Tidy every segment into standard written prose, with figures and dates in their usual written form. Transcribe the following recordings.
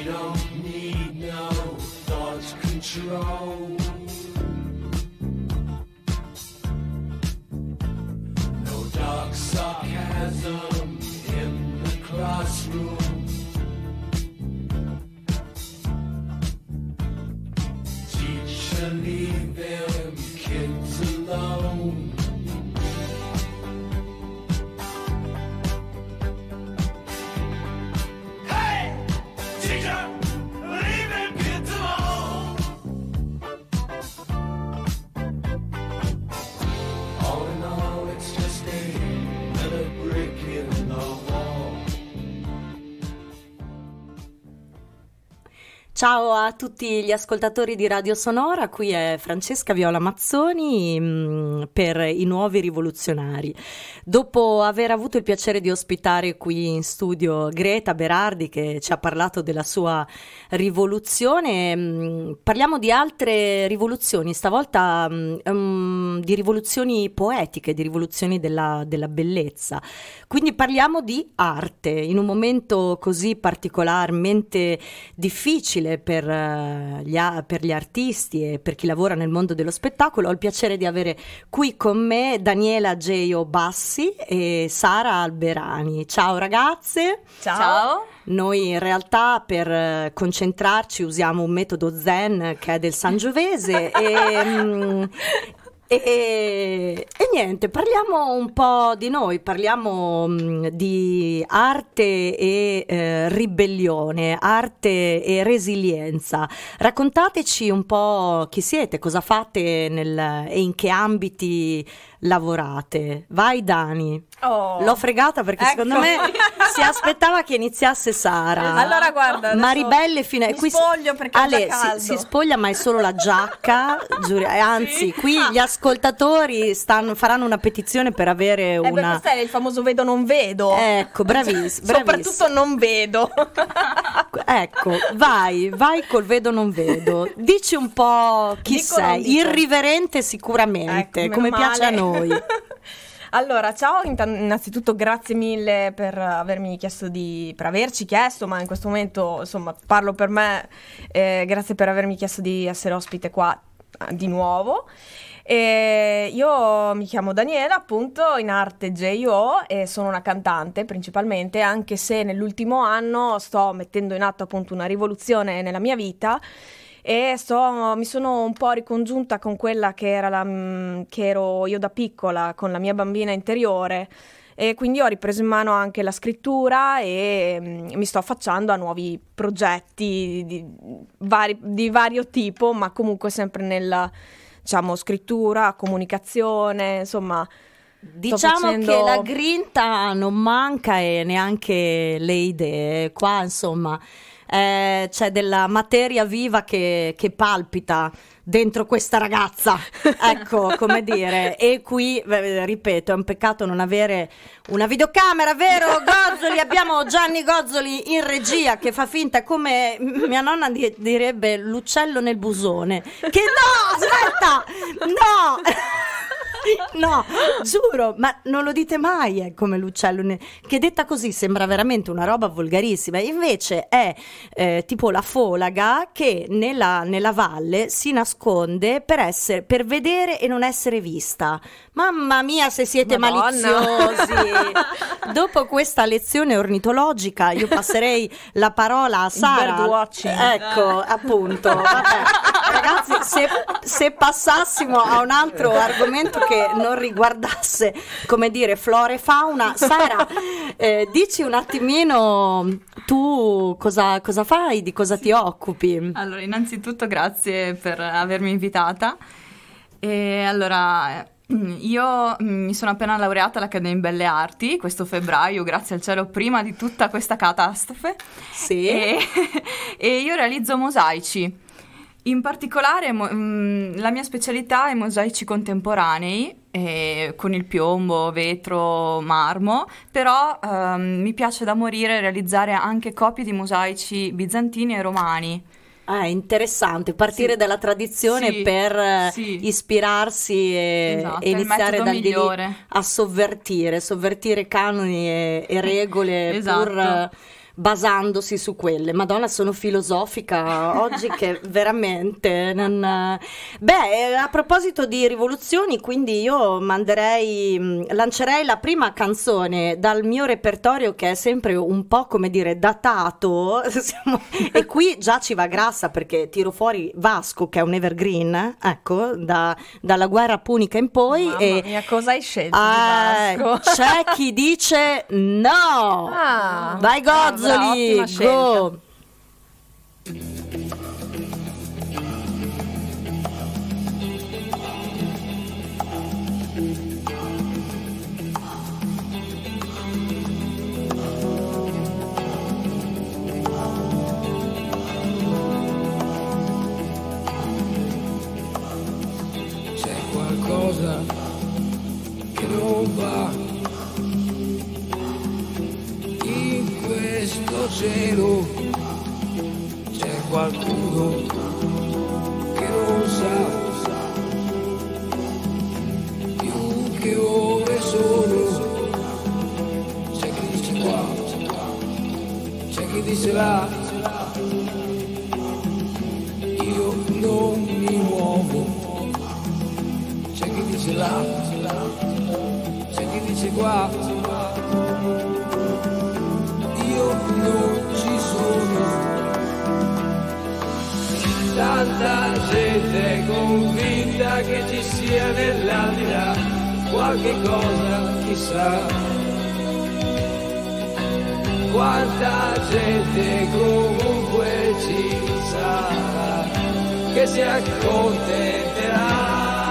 don't need no thought control. No dark sarcasm in the classroom. Teacher, leave them kids alone. Ciao a tutti gli ascoltatori di Radio Sonora, qui è Francesca Viola Mazzoni per i Nuovi Rivoluzionari. Dopo aver avuto il piacere di ospitare qui in studio Greta Berardi, che ci ha parlato della sua rivoluzione, parliamo di altre rivoluzioni, stavolta di rivoluzioni poetiche, di rivoluzioni della bellezza. Quindi parliamo di arte in un momento così particolarmente difficile per gli artisti e per chi lavora nel mondo dello spettacolo. Ho il piacere di avere qui con me Daniela Geo Bassi e Sara Alberani. Ciao ragazze. Ciao. Noi in realtà per concentrarci usiamo un metodo zen che è del Sangiovese e niente, parliamo un po' di noi, parliamo di arte e ribellione, arte e resilienza. Raccontateci un po' chi siete, cosa fate e in che ambiti lavorate. Vai Dani. L'ho fregata perché secondo me si aspettava che iniziasse Sara. Allora guarda, Maribelle fine mi spoglio perché Ale fa caldo. si spoglia, ma è solo la giacca. Anzi, qui gli ascoltatori faranno una petizione per avere una. Questo è il famoso vedo non vedo. Ecco, bravissimo. Soprattutto non vedo. Ecco, vai col vedo non vedo. Dici un po' chi sei. Irriverente sicuramente, ecco, come meno piace a male. noi. Allora, ciao, innanzitutto grazie mille per averci chiesto, ma in questo momento, insomma, parlo per me, grazie per avermi chiesto di essere ospite qua di nuovo. Io mi chiamo Daniela, appunto, in arte JO, e sono una cantante principalmente, anche se nell'ultimo anno sto mettendo in atto appunto una rivoluzione nella mia vita. E mi sono un po' ricongiunta con quella che ero io da piccola, con la mia bambina interiore, e quindi ho ripreso in mano anche la scrittura e mi sto affacciando a nuovi progetti di vario tipo, ma comunque sempre nella, diciamo, scrittura, comunicazione, insomma. Diciamo che la grinta non manca e neanche le idee. Qua, insomma, c'è della materia viva che palpita dentro questa ragazza, ecco, come dire. E qui, ripeto, è un peccato non avere una videocamera, vero Gozzoli? Abbiamo Gianni Gozzoli in regia che fa finta, come mia nonna direbbe, l'uccello nel busone. Che no, aspetta, no! No, giuro, ma non lo dite mai, è come l'uccello, che detta così sembra veramente una roba volgarissima, invece è tipo la folaga che nella valle si nasconde per vedere e non essere vista. Mamma mia, se siete maliziosi. Dopo questa lezione ornitologica io passerei la parola a Sara. Birdwatching. Ecco, appunto. Vabbè. Ragazzi, se passassimo a un altro argomento che non riguardasse, come dire, flora e fauna, Sara, dici un attimino tu cosa fai, di cosa ti occupi? Allora, innanzitutto grazie per avermi invitata. E allora, io mi sono appena laureata all'Accademia Belle Arti questo febbraio, grazie al cielo, prima di tutta questa catastrofe. Sì. E io realizzo mosaici. In particolare la mia specialità è mosaici contemporanei, con il piombo, vetro, marmo, però mi piace da morire realizzare anche copie di mosaici bizantini e romani. Interessante, partire Sì. dalla tradizione Sì, per sì. ispirarsi Esatto, e iniziare da lì migliore. a sovvertire canoni e regole, Esatto. basandosi su quelle. Madonna, sono filosofica oggi che veramente non... Beh, a proposito di rivoluzioni, quindi io lancerei la prima canzone dal mio repertorio, che è sempre un po', come dire, datato. E qui già ci va grassa, perché tiro fuori Vasco, che è un evergreen, ecco, dalla guerra punica in poi. Mamma e mia, cosa hai scelto di Vasco? c'è chi dice no. Vai Gozzoli, ottima scelta. go. C'è qualcosa che non va in questo cielo, c'è qualcuno che non sa più che ore sono, c'è chi dice qua, c'è chi dice là, io non mi muovo. C'è chi dice là, c'è chi dice qua, io non ci sono. Tanta gente convinta che ci sia nell'aldilà qualche cosa, chissà. Quanta gente comunque ci sarà che si accontenterà.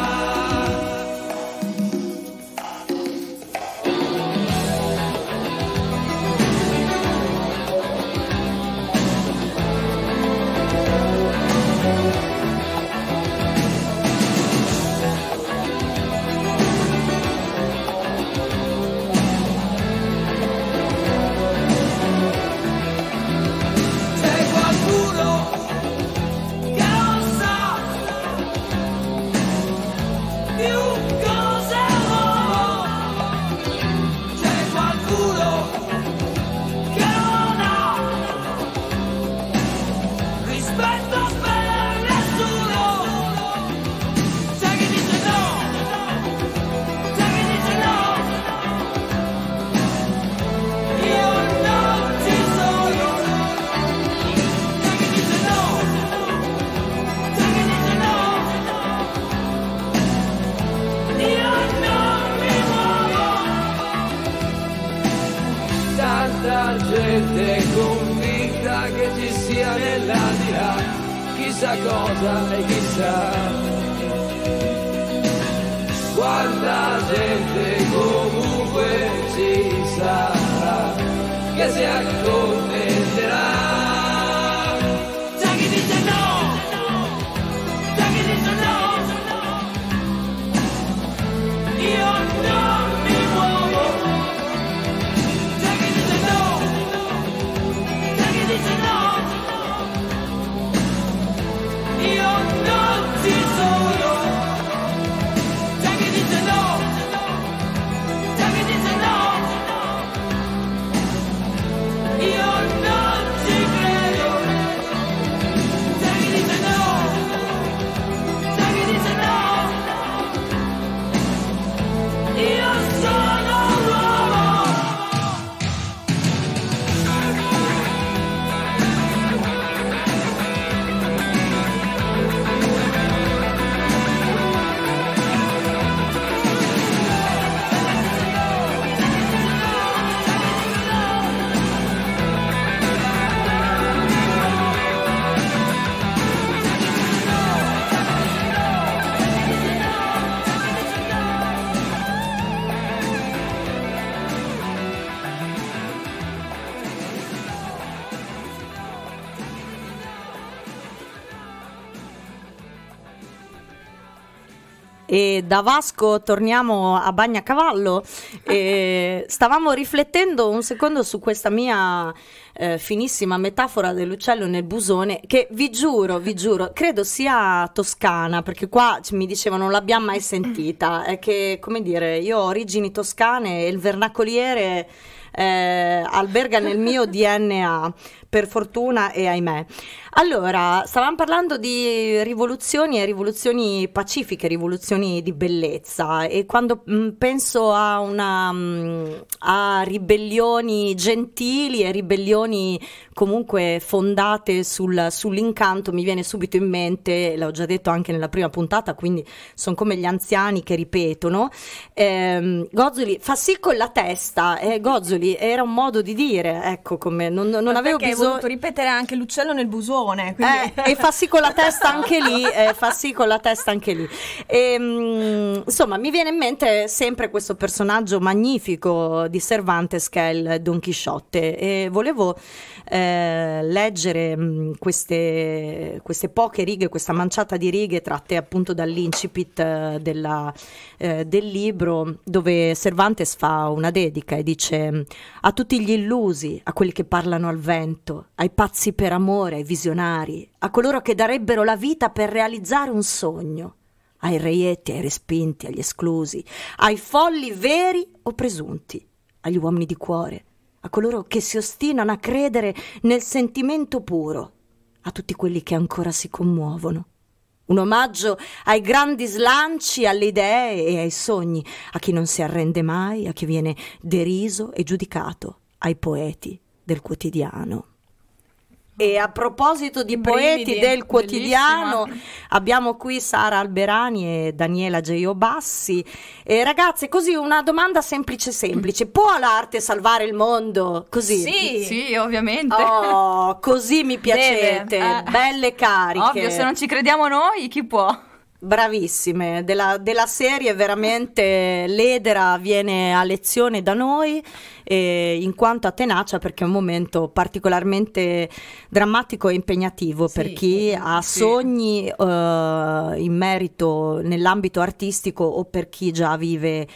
Tanta gente convinta che ci sia nell'aldilà chissà cosa e chissà. Quanta gente comunque ci sarà che si accontenterà. C'è chi dice no, c'è chi dice no, io non mi muovo. C'è chi dice no, c'è chi dice no, io non ci sono. C'è chi dice no, c'è chi dice no, io non ci credo. C'è chi dice no, c'è chi dice no, io sono uomo. E da Vasco torniamo a Bagnacavallo e stavamo riflettendo un secondo su questa mia finissima metafora dell'uccello nel busone, che vi giuro, credo sia toscana, perché qua mi dicevano non l'abbiamo mai sentita, è che, come dire, io ho origini toscane e il vernacoliere alberga nel mio DNA, per fortuna e ahimè. Allora, stavamo parlando di rivoluzioni e rivoluzioni pacifiche, rivoluzioni di bellezza, e quando penso a ribellioni gentili e ribellioni comunque fondate sull'incanto, mi viene subito in mente, l'ho già detto anche nella prima puntata, quindi sono come gli anziani che ripetono, Gozzoli fa sì con la testa, Gozzoli era un modo di dire, ecco, come non avevo bisogno. Hai voluto ripetere anche l'uccello nel busone, quindi... e fa sì con la testa anche lì, fa sì con la testa anche lì. Insomma, mi viene in mente sempre questo personaggio magnifico di Cervantes che è il Don Chisciotte, e volevo leggere queste poche righe, questa manciata di righe tratte appunto dall'incipit del libro, dove Cervantes fa una dedica e dice: a tutti gli illusi, a quelli che parlano al vento, ai pazzi per amore, ai visionari, a coloro che darebbero la vita per realizzare un sogno, ai reietti, ai respinti, agli esclusi, ai folli veri o presunti, agli uomini di cuore, a coloro che si ostinano a credere nel sentimento puro, a tutti quelli che ancora si commuovono. Un omaggio ai grandi slanci, alle idee e ai sogni, a chi non si arrende mai, a chi viene deriso e giudicato, ai poeti del quotidiano. E a proposito di poeti del quotidiano, abbiamo qui Sara Alberani e Daniela Geio Bassi. Ragazze, così una domanda semplice: può l'arte salvare il mondo? Così? Sì, ovviamente. Oh, così mi piacete, belle cariche. Ovvio, se non ci crediamo noi, chi può? Bravissime, della serie veramente l'edera viene a lezione da noi, in quanto a tenacia, perché è un momento particolarmente drammatico e impegnativo per chi ha sogni in merito nell'ambito artistico o per chi già vive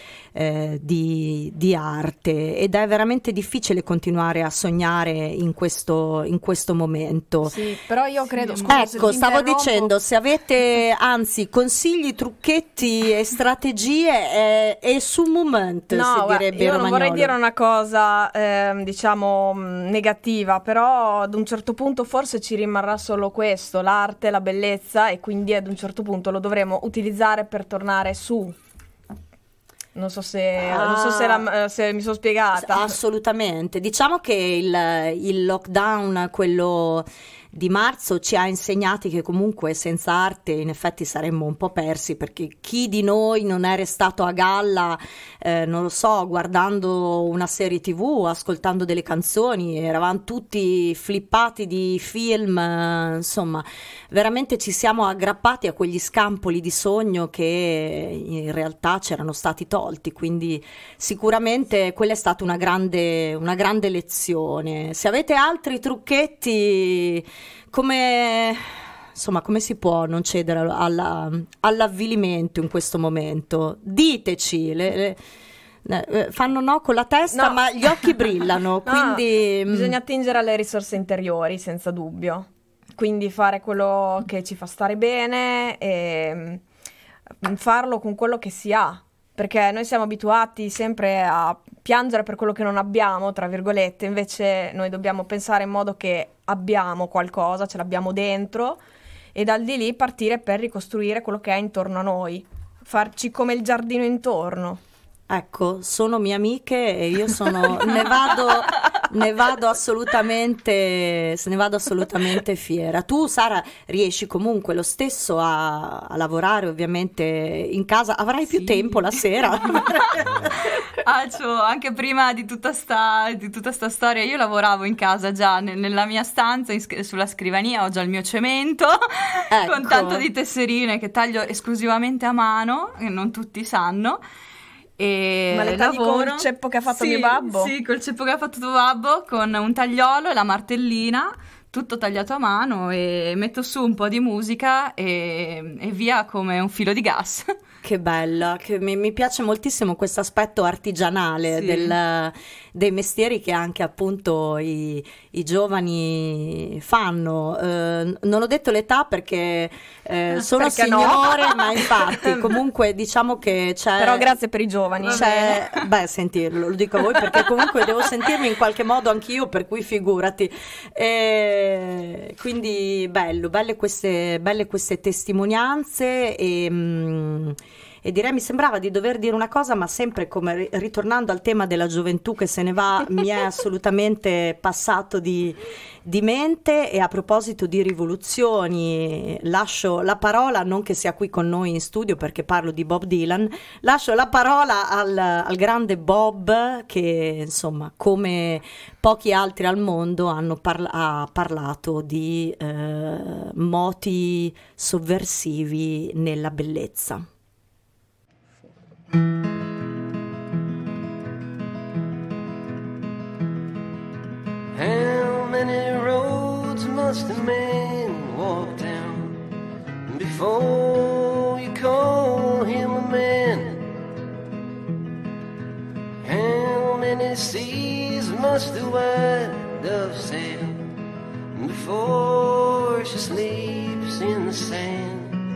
di arte, ed è veramente difficile continuare a sognare in questo momento. Sì, però io credo, ecco, stavo dicendo, se avete anzi consigli, trucchetti e strategie, è su moment, si direbbe io in non romagnolo. vorrei dire una cosa diciamo negativa, però ad un certo punto forse ci rimarrà solo questo, l'arte, la bellezza, e quindi ad un certo punto lo dovremo utilizzare per tornare su. Non so se mi sono spiegata. Assolutamente. Diciamo che il lockdown, quello di marzo, ci ha insegnati che comunque senza arte in effetti saremmo un po' persi, perché chi di noi non è restato a galla, non lo so, guardando una serie TV, ascoltando delle canzoni, eravamo tutti flippati di film, insomma, veramente ci siamo aggrappati a quegli scampoli di sogno che in realtà c'erano stati tolti, quindi sicuramente quella è stata una grande lezione. Se avete altri trucchetti, come si può non cedere all'avvilimento in questo momento? Diteci, fanno no con la testa, no, ma gli occhi brillano, quindi bisogna attingere alle risorse interiori, senza dubbio. Quindi fare quello che ci fa stare bene e farlo con quello che si ha, perché noi siamo abituati sempre a piangere per quello che non abbiamo, tra virgolette, invece noi dobbiamo pensare in modo che abbiamo qualcosa, ce l'abbiamo dentro, e dal di lì partire per ricostruire quello che è intorno a noi, farci come il giardino intorno. Ecco, sono mie amiche e io ne vado assolutamente fiera. Tu, Sara, riesci comunque lo stesso a lavorare ovviamente in casa? Avrai più tempo la sera? Anche prima di tutta sta storia io lavoravo in casa già, nella mia stanza, sulla scrivania ho già il mio cemento, ecco, con tanto di tesserine che taglio esclusivamente a mano, che non tutti sanno. Ma le tagli con il ceppo che ha fatto mio babbo? Sì, col ceppo che ha fatto tuo babbo, con un tagliolo e la martellina, tutto tagliato a mano, e metto su un po' di musica e via come un filo di gas. Che bella, che mi piace moltissimo questo aspetto artigianale dei mestieri che anche appunto i giovani fanno. Non ho detto l'età perché sono Perché signore, no? ma infatti comunque diciamo che c'è... Però grazie per i giovani. Beh, senti, lo dico a voi perché comunque devo sentirmi in qualche modo anch'io, per cui figurati. Quindi belle queste testimonianze e direi, mi sembrava di dover dire una cosa, ma sempre come ritornando al tema della gioventù che se ne va, mi è assolutamente passato di mente. E a proposito di rivoluzioni, lascio la parola, non che sia qui con noi in studio perché parlo di Bob Dylan, lascio la parola al grande Bob, che insomma come pochi altri al mondo ha parlato di moti sovversivi nella bellezza. How many roads must a man walk down before you call him a man? How many seas must the white dove sail before she sleeps in the sand?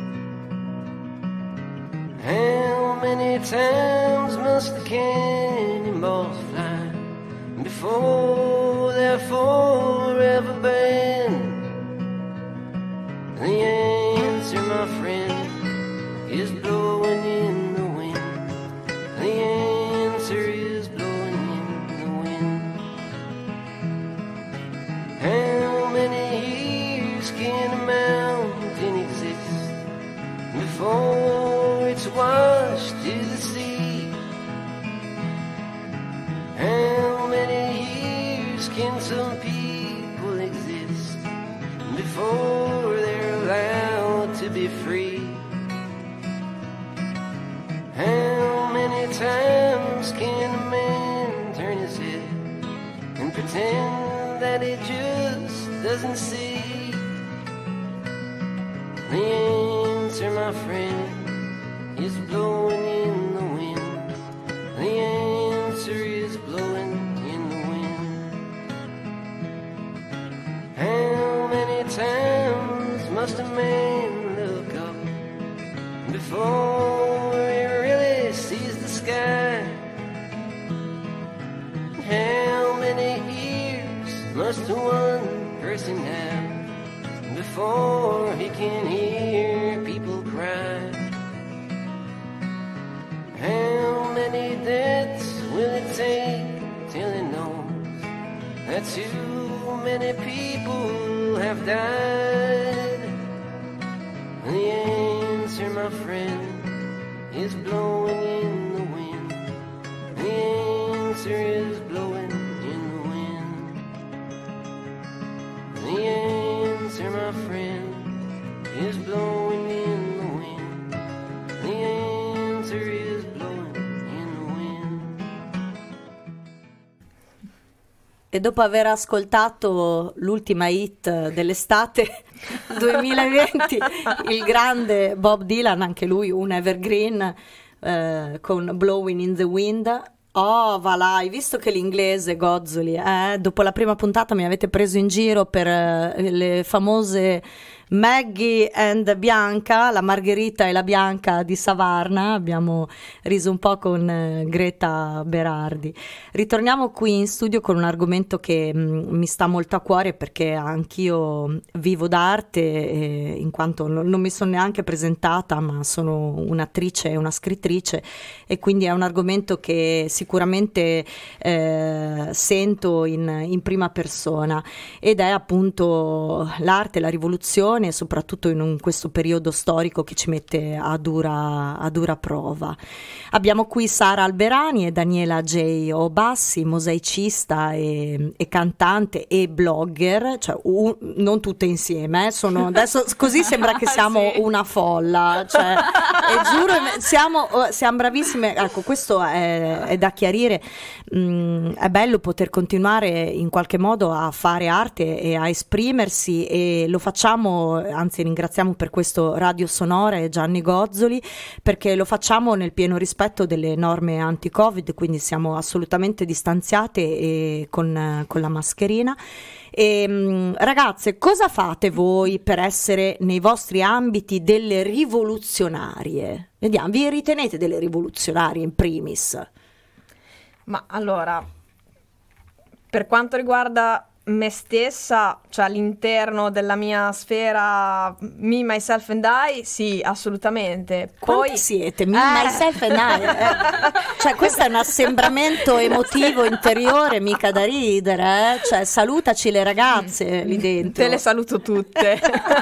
How many times must the cannonballs fly before they're forever banned? The answer, my friend, is blowing in the wind. The answer is blowing in the wind. How many years can a mountain exist before it's washed to the sea? How many years can some people exist before they're allowed to be free? How many times can a man turn his head and pretend that he just doesn't see? The answer, my friend, is blowing in the wind. The answer is blowing in the wind. How many times must a man look up before he really sees the sky? How many ears must one person have before he can hear people cry? How many deaths will it take till he knows that too many people have died? The answer, my friend, is blowing in the wind. The answer is blowing in the wind. The answer, my friend, is blowing in the wind. The answer is blowing in the wind. E dopo aver ascoltato l'ultima hit dell'estate 2020, il grande Bob Dylan, anche lui un evergreen, con Blowing in the Wind. Oh, va là, hai visto che l'inglese, Gozzoli, dopo la prima puntata mi avete preso in giro per le famose Maggie and Bianca, la Margherita e la Bianca di Savarna. Abbiamo riso un po' con Greta Berardi. Ritorniamo qui in studio con un argomento che mi sta molto a cuore, perché anch'io vivo d'arte, in quanto non mi sono neanche presentata, ma sono un'attrice e una scrittrice, e quindi è un argomento che sicuramente sento in prima persona, ed è appunto l'arte, la rivoluzione, soprattutto in questo periodo storico che ci mette a dura prova. Abbiamo qui Sara Alberani e Daniela J. Obassi, mosaicista e cantante e blogger, cioè non tutte insieme, sono adesso così sembra che siamo Sì. una folla, cioè, e giuro siamo bravissime. Ecco, questo è da chiarire. È bello poter continuare in qualche modo a fare arte e a esprimersi, e lo facciamo anzi ringraziamo per questo Radio Sonora Gianni Gozzoli, perché lo facciamo nel pieno rispetto delle norme anti-Covid, quindi siamo assolutamente distanziate e con la mascherina. Ragazze, cosa fate voi per essere nei vostri ambiti delle rivoluzionarie? Vediamo, vi ritenete delle rivoluzionarie in primis? Ma allora, per quanto riguarda me stessa, cioè all'interno della mia sfera me, myself and I, sì, assolutamente. Poi quanti siete? Me, myself and I. Cioè questo è un assembramento emotivo interiore, mica da ridere, Cioè salutaci le ragazze lì dentro. Te le saluto tutte.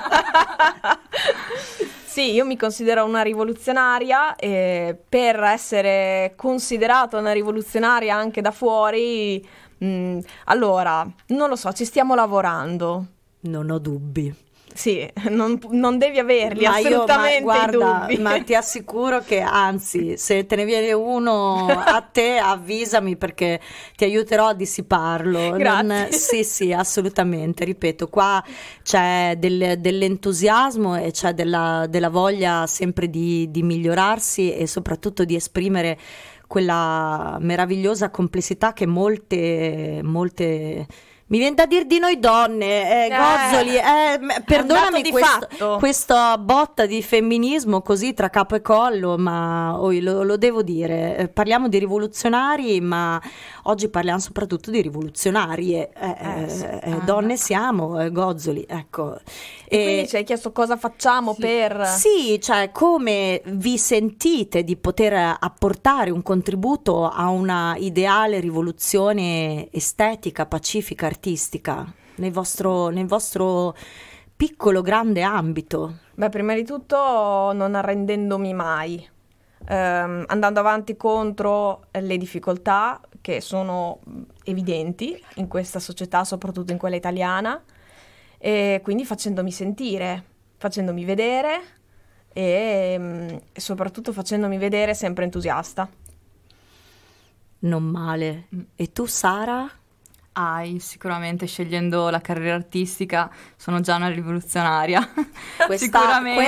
Sì, io mi considero una rivoluzionaria e per essere considerata una rivoluzionaria anche da fuori, allora, non lo so, ci stiamo lavorando. Non ho dubbi. Sì, non devi averli, assolutamente guarda, dubbi. ma ti assicuro che anzi, se te ne viene uno a te, avvisami perché ti aiuterò a dissiparlo. Grazie. Sì, assolutamente. Ripeto, qua c'è dell'entusiasmo e c'è della voglia sempre di migliorarsi e soprattutto di esprimere quella meravigliosa complessità che molte mi viene da dir di noi donne, Gozzoli, perdonami questa botta di femminismo così tra capo e collo, ma lo devo dire, parliamo di rivoluzionari, ma oggi parliamo soprattutto di rivoluzionarie, donne siamo, Gozzoli, ecco. E quindi ci hai chiesto cosa facciamo per... Sì, cioè come vi sentite di poter apportare un contributo a una ideale rivoluzione estetica, pacifica, artistica nel vostro piccolo grande ambito? Beh, prima di tutto non arrendendomi mai, andando avanti contro le difficoltà che sono evidenti in questa società, soprattutto in quella italiana, e quindi facendomi sentire, facendomi vedere e soprattutto facendomi vedere sempre entusiasta. Non male. E tu, Sara? Sicuramente scegliendo la carriera artistica sono già una rivoluzionaria. Sicuramente.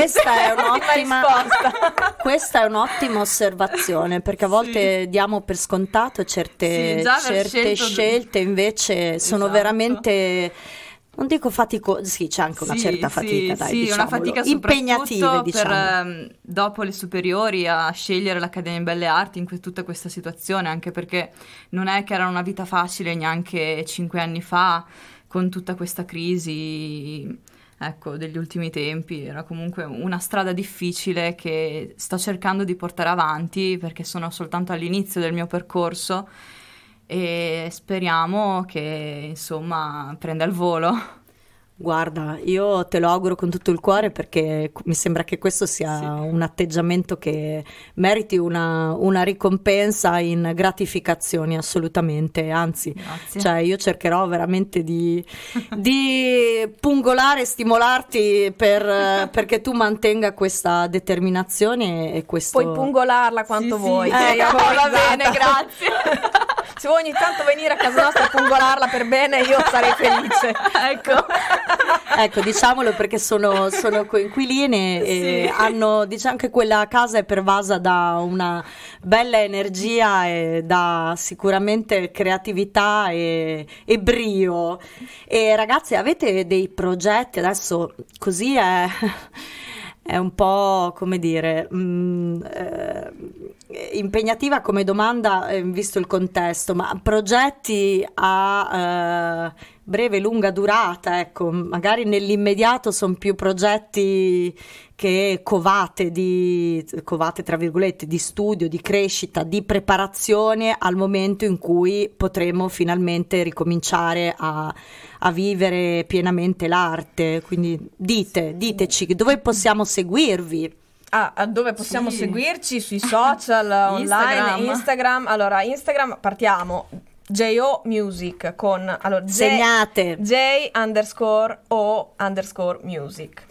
Questa è un'ottima osservazione, perché a volte diamo per scontato certe scelte, invece sono veramente... Non dico faticoso, sì, c'è anche una certa fatica, dai, diciamolo. Una fatica impegnativa, diciamo. Per dopo le superiori a scegliere l'Accademia di Belle Arti in tutta questa situazione, anche perché non è che era una vita facile neanche 5 anni fa, con tutta questa crisi, ecco, degli ultimi tempi. Era comunque una strada difficile che sto cercando di portare avanti, perché sono soltanto all'inizio del mio percorso, e speriamo che insomma prenda il volo. Guarda, io te lo auguro con tutto il cuore, perché mi sembra che questo sia un atteggiamento che meriti una ricompensa in gratificazioni, assolutamente, anzi, cioè io cercherò veramente di pungolare e stimolarti perché tu mantenga questa determinazione e questo... Puoi pungolarla quanto vuoi. Va bene, grazie. Se vuoi ogni tanto venire a casa nostra a pungolarla per bene, io sarei felice. Ecco, diciamolo, perché sono coinquiline e hanno, diciamo che quella casa è pervasa da una bella energia e da sicuramente creatività e brio. E ragazzi, avete dei progetti adesso? Così è un po', come dire, impegnativa come domanda, visto il contesto, ma progetti a breve, lunga durata, ecco, magari nell'immediato sono più progetti che covate tra virgolette di studio, di crescita, di preparazione al momento in cui potremo finalmente ricominciare a vivere pienamente l'arte. Quindi diteci dove possiamo seguirvi. Dove possiamo seguirci? Sui social, online, Instagram. Allora, Instagram partiamo JO Music con segnate J_O_Music.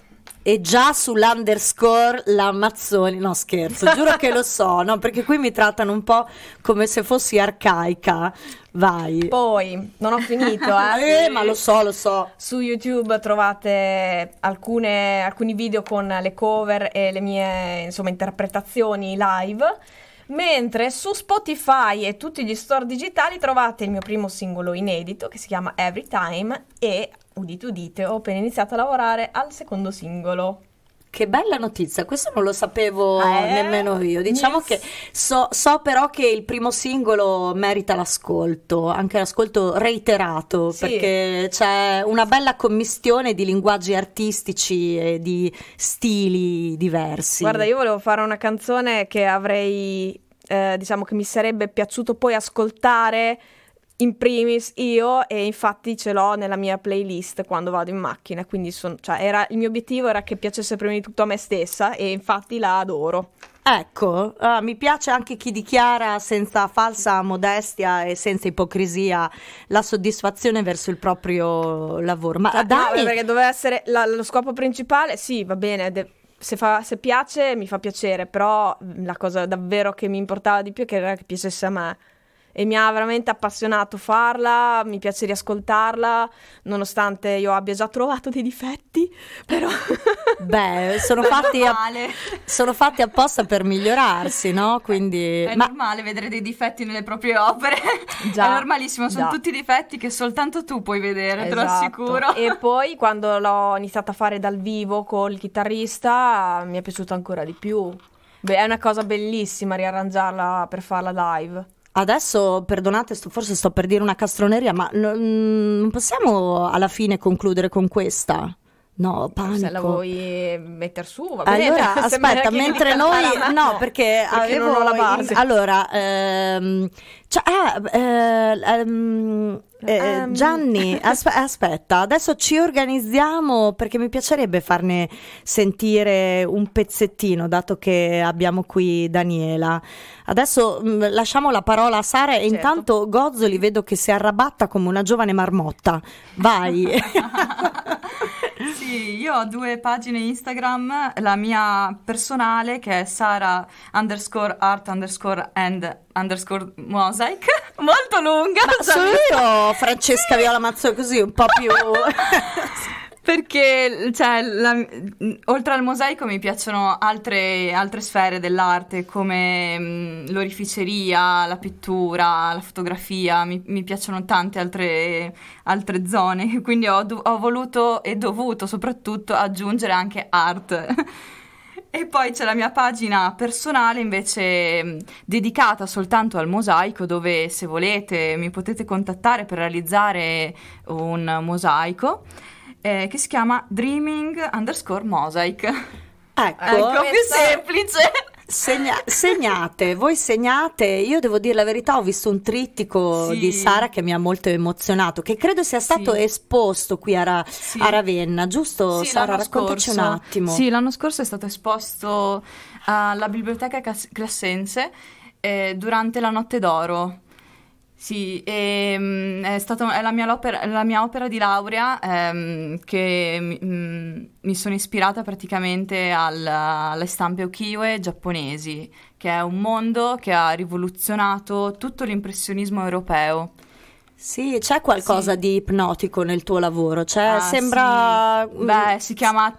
E già sull'underscore la Mazzoni, no scherzo, giuro che lo so, no? Perché qui mi trattano un po' come se fossi arcaica. Vai. Poi, non ho finito, Ma lo so. Su YouTube trovate alcuni video con le cover e le mie, insomma, interpretazioni live. Mentre su Spotify e tutti gli store digitali trovate il mio primo singolo inedito che si chiama Every Time e, udite udite, ho appena iniziato a lavorare al secondo singolo. Che bella notizia, questo non lo sapevo nemmeno io. Diciamo Yes. che so però che il primo singolo merita l'ascolto, anche l'ascolto reiterato, Sì. perché c'è una bella commistione di linguaggi artistici e di stili diversi. Guarda, io volevo fare una canzone che avrei, diciamo che mi sarebbe piaciuto poi ascoltare in primis io, e infatti ce l'ho nella mia playlist quando vado in macchina, quindi il mio obiettivo era che piacesse prima di tutto a me stessa e infatti la adoro. Ecco, mi piace anche chi dichiara senza falsa modestia e senza ipocrisia la soddisfazione verso il proprio lavoro. Ma No, dai, perché doveva essere lo scopo principale, sì, va bene, se piace mi fa piacere, però la cosa davvero che mi importava di più era che piacesse a me. E mi ha veramente appassionato farla, mi piace riascoltarla, nonostante io abbia già trovato dei difetti, però... beh, sono fatti apposta per migliorarsi, no? Quindi... È normale vedere dei difetti nelle proprie opere. Già, è normalissimo, sono già. tutti difetti che soltanto tu puoi vedere, te lo Esatto. assicuro. E poi quando l'ho iniziata a fare dal vivo col chitarrista mi è piaciuto ancora di più. Beh, è una cosa bellissima riarrangiarla per farla live. Adesso, perdonate, forse sto per dire una castroneria, ma non possiamo alla fine concludere con questa? No, panico. Se la vuoi mettere su, va bene. Allora, Se me la aspetta, chiedi di mentre cantare noi... a me, No, perché avevo... non ho la base. Allora, Gianni, aspetta, adesso ci organizziamo perché mi piacerebbe farne sentire un pezzettino, dato che abbiamo qui Daniela. Adesso lasciamo la parola a Sara e Certo. intanto Gozzoli vedo che si arrabatta come una giovane marmotta. Vai. Sì, io ho 2 pagine Instagram, la mia personale che è Sara_art_and_mosaic, molto lunga. Ma sono io, Francesca Viola Mazzoni, così un po' più... Perché oltre al mosaico mi piacciono altre sfere dell'arte come l'orificeria, la pittura, la fotografia, mi piacciono tante altre zone, quindi ho voluto e dovuto soprattutto aggiungere anche art. E poi c'è la mia pagina personale invece dedicata soltanto al mosaico, dove se volete mi potete contattare per realizzare un mosaico. Che si chiama Dreaming_Mosaic. Ecco, Più semplice. Segnate, voi segnate. Io devo dire la verità, ho visto un trittico Sì. di Sara che mi ha molto emozionato, che credo sia stato Sì. esposto qui a Sì. Ravenna, giusto? Sì, Sara, l'anno raccontaci scorso. un attimo. Sì, l'anno scorso è stato esposto alla Biblioteca Classense durante la Notte d'Oro. Sì, è la mia opera di laurea che mi sono ispirata praticamente alle stampe ukiyo-e giapponesi, che è un mondo che ha rivoluzionato tutto l'impressionismo europeo. Sì, c'è qualcosa Sì. di ipnotico nel tuo lavoro, cioè sembra... Sì. Beh, si chiama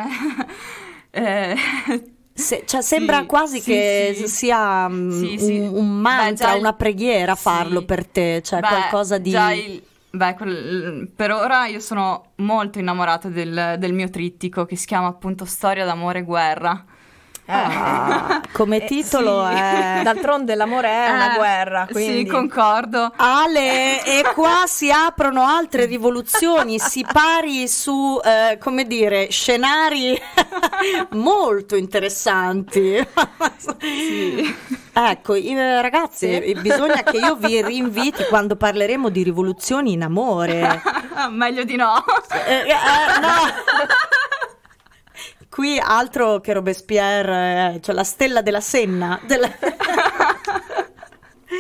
sembra sì, quasi sì, che sì. sia Sì, sì. un mantra, Beh, già una preghiera sì. farlo per te, cioè Beh, qualcosa di... già per ora io sono molto innamorata del mio trittico che si chiama appunto Storia d'amore e guerra. Ah, come titolo sì. è... D'altronde l'amore è una guerra, quindi... Sì, concordo. Ale, e qua si aprono altre rivoluzioni, si pari su, come dire, scenari molto interessanti. Sì. Ecco, ragazzi, bisogna che io vi rinviti quando parleremo di rivoluzioni in amore. Meglio di no. No. Qui altro che Robespierre, cioè la stella della Senna.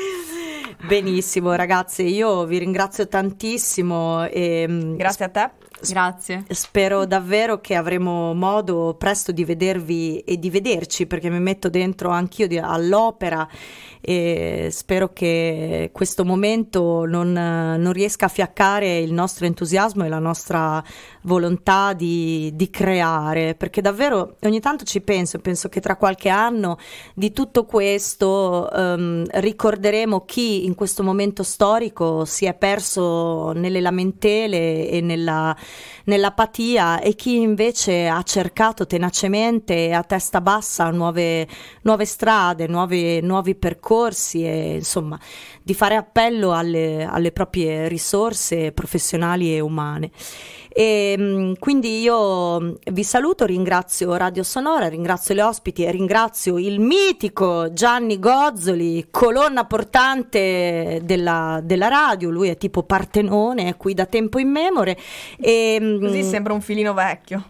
Benissimo, ragazzi, io vi ringrazio tantissimo. E, Grazie a te. Grazie. Spero davvero che avremo modo presto di vedervi e di vederci, perché mi metto dentro anch'io all'opera e spero che questo momento non riesca a fiaccare il nostro entusiasmo e la nostra volontà di creare, perché davvero ogni tanto ci penso che tra qualche anno di tutto questo ricorderemo chi in questo momento storico si è perso nelle lamentele e nell'apatia, e chi invece ha cercato tenacemente a testa bassa nuove strade, nuovi percorsi, e insomma di fare appello alle proprie risorse professionali e umane. E quindi io vi saluto, ringrazio Radio Sonora, ringrazio le ospiti e ringrazio il mitico Gianni Gozzoli, colonna portante della radio. Lui è tipo Partenone, è qui da tempo immemore e così sembra un filino vecchio.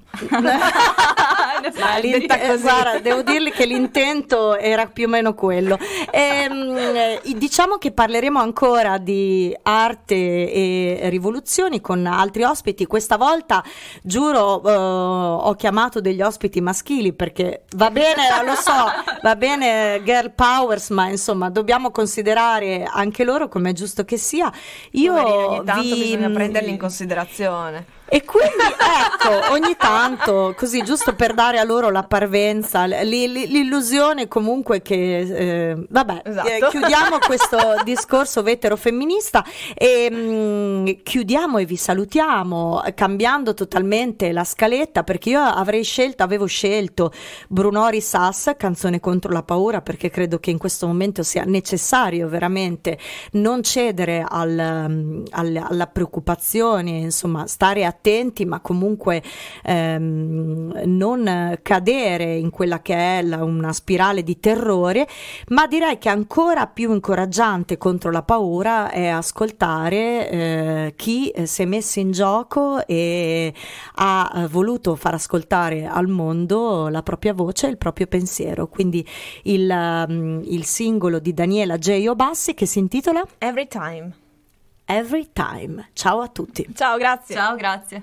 Guarda, devo dirgli che l'intento era più o meno quello. Diciamo che parleremo ancora di arte e rivoluzioni con altri ospiti. Questa volta, giuro, ho chiamato degli ospiti maschili, perché va bene, lo so, va bene girl powers, ma insomma dobbiamo considerare anche loro, come è giusto che sia. Ogni tanto bisogna prenderli in considerazione. E quindi ecco, ogni tanto, così giusto per dare a loro la parvenza, l'illusione comunque che vabbè, esatto. Chiudiamo questo discorso vetero-femminista e chiudiamo e vi salutiamo cambiando totalmente la scaletta, perché io avevo scelto Brunori Sass, Canzone contro la paura, perché credo che in questo momento sia necessario veramente non cedere alla preoccupazione, insomma stare attenti, ma comunque non cadere in quella che è una spirale di terrore. Ma direi che ancora più incoraggiante contro la paura è ascoltare chi si è messo in gioco e ha voluto far ascoltare al mondo la propria voce e il proprio pensiero. Quindi il singolo di Daniela J. Obassi, che si intitola Every Time. Every Time. Ciao a tutti. Ciao, grazie. Ciao, grazie.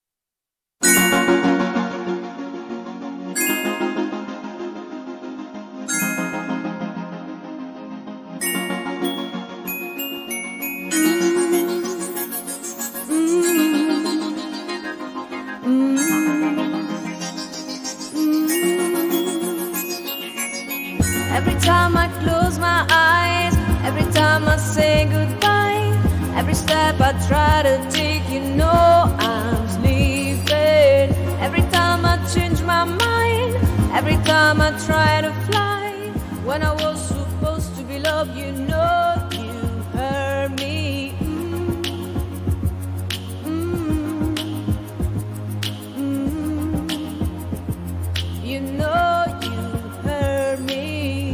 Every time I close my eyes, every time I say goodbye, every step I try to take, you know I'm sleeping. Every time I change my mind, every time I try to fly, when I was supposed to be loved, you know you hurt me. You know you hurt me.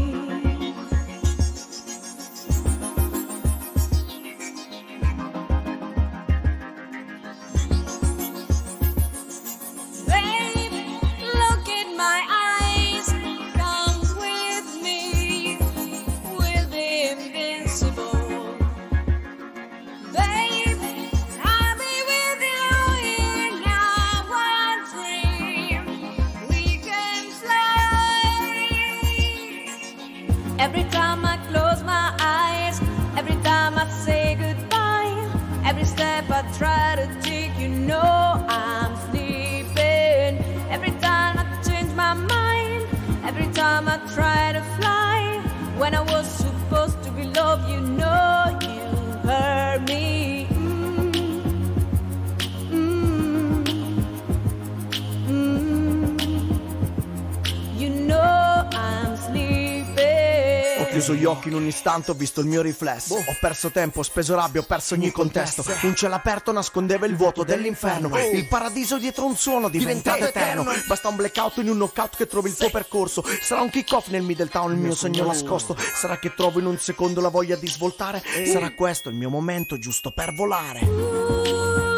Babe, look in my eyes, come with me, we'll be invincible. Babe, I'll be with you in our dream, we can fly. Every time I close my eyes, every time I say goodbye, every step I try to take, you know I'm sleeping. Every time I change my mind, every time I try to fly, when I was supposed to be loved, you know you hurt me. You know I'm sleeping. Ho chiuso gli occhi in un istante, ho visto il mio riflesso. Ho perso tempo, ho speso rabbia, ho perso ogni contesto. Un cielo aperto nascondeva il vuoto dell'inferno. Il paradiso dietro un suono diventato eterno. Basta un blackout in un knockout che trovi il tuo percorso. Sarà un kick-off nel Middletown il mio sogno nascosto. Sarà che trovo in un secondo la voglia di svoltare. Sarà questo il mio momento giusto per volare.